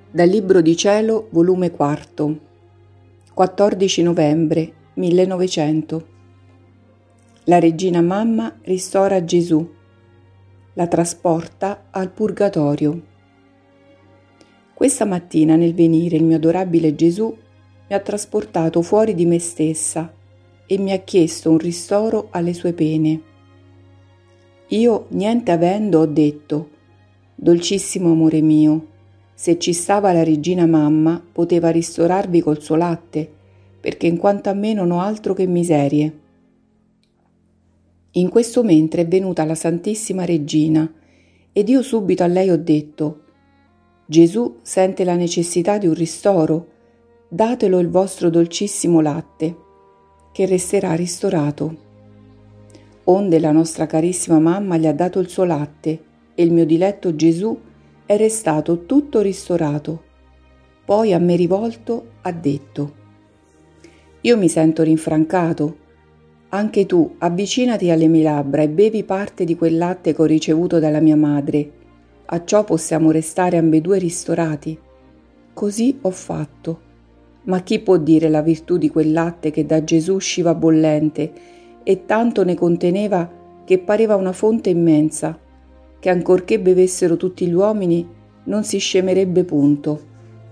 Dal Libro di Cielo, volume 4, 14 novembre 1900. La regina mamma ristora Gesù, la trasporta al purgatorio. Questa mattina nel venire il mio adorabile Gesù mi ha trasportato fuori di me stessa e mi ha chiesto un ristoro alle sue pene. Io, niente avendo, ho detto: dolcissimo amore mio, se ci stava la regina mamma, poteva ristorarvi col suo latte, perché in quanto a me non ho altro che miserie. In questo mentre è venuta la Santissima Regina, ed io subito a lei ho detto: Gesù sente la necessità di un ristoro, datelo il vostro dolcissimo latte, che resterà ristorato. Onde la nostra carissima mamma gli ha dato il suo latte, e il mio diletto Gesù è restato tutto ristorato. Poi a me rivolto ha detto: io mi sento rinfrancato. Anche tu avvicinati alle mie labbra e bevi parte di quel latte che ho ricevuto dalla mia madre. A ciò possiamo restare ambedue ristorati. Così ho fatto. Ma chi può dire la virtù di quel latte che da Gesù usciva bollente e tanto ne conteneva che pareva una fonte immensa, che ancorché bevessero tutti gli uomini non si scemerebbe punto.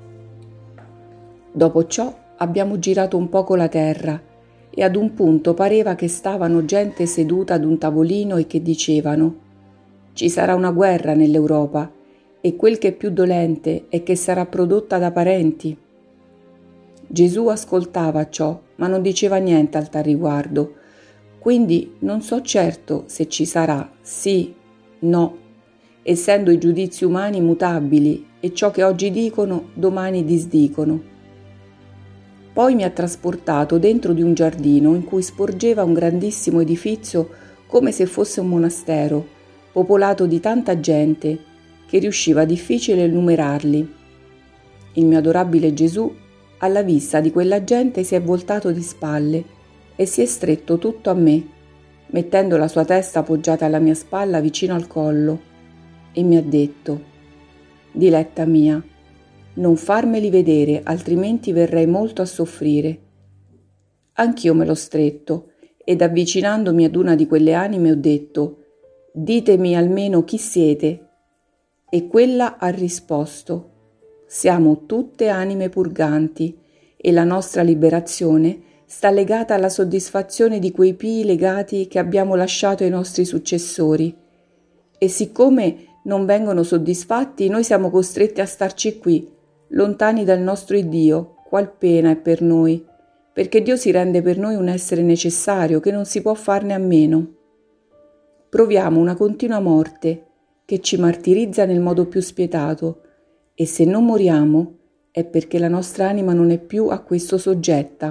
Dopo ciò abbiamo girato un poco la terra e ad un punto pareva che stavano gente seduta ad un tavolino e che dicevano: ci sarà una guerra nell'Europa e quel che è più dolente è che sarà prodotta da parenti. Gesù ascoltava ciò, ma non diceva niente al tal riguardo, quindi non so certo se ci sarà sì, no, essendo i giudizi umani mutabili e ciò che oggi dicono domani disdicono. Poi mi ha trasportato dentro di un giardino in cui sporgeva un grandissimo edifizio come se fosse un monastero, popolato di tanta gente che riusciva difficile enumerarli. Il mio adorabile Gesù, alla vista di quella gente, si è voltato di spalle e si è stretto tutto a me, mettendo la sua testa appoggiata alla mia spalla vicino al collo, e mi ha detto: diletta mia, non farmeli vedere, altrimenti verrei molto a soffrire. Anch'io me l'ho stretto ed avvicinandomi ad una di quelle anime ho detto: ditemi almeno chi siete. E quella ha risposto: siamo tutte anime purganti e la nostra liberazione sta legata alla soddisfazione di quei pii legati che abbiamo lasciato ai nostri successori. E siccome non vengono soddisfatti, noi siamo costretti a starci qui, lontani dal nostro Iddio. Qual pena è per noi, perché Dio si rende per noi un essere necessario che non si può farne a meno. Proviamo una continua morte che ci martirizza nel modo più spietato, e se non moriamo è perché la nostra anima non è più a questo soggetta.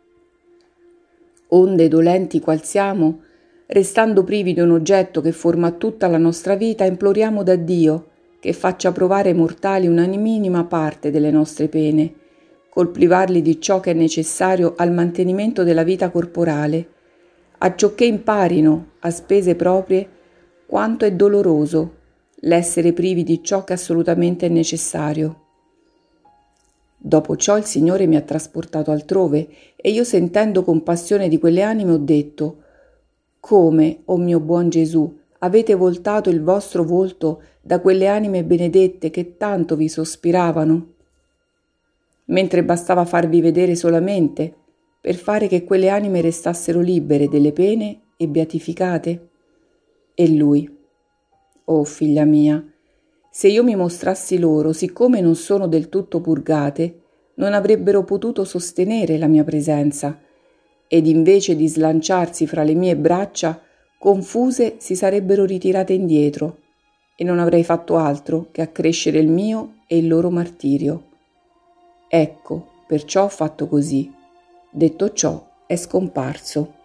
Onde dolenti qual siamo, restando privi di un oggetto che forma tutta la nostra vita, imploriamo da Dio che faccia provare ai mortali una minima parte delle nostre pene, col privarli di ciò che è necessario al mantenimento della vita corporale, acciocché imparino, a spese proprie, quanto è doloroso l'essere privi di ciò che assolutamente è necessario. Dopo ciò il Signore mi ha trasportato altrove e io, sentendo compassione di quelle anime, ho detto: come, o mio buon Gesù, avete voltato il vostro volto da quelle anime benedette che tanto vi sospiravano, mentre bastava farvi vedere solamente per fare che quelle anime restassero libere delle pene e beatificate? E lui: oh figlia mia, se io mi mostrassi loro, siccome non sono del tutto purgate, non avrebbero potuto sostenere la mia presenza, ed invece di slanciarsi fra le mie braccia, confuse si sarebbero ritirate indietro, e non avrei fatto altro che accrescere il mio e il loro martirio. Ecco, perciò ho fatto così. Detto ciò, è scomparso.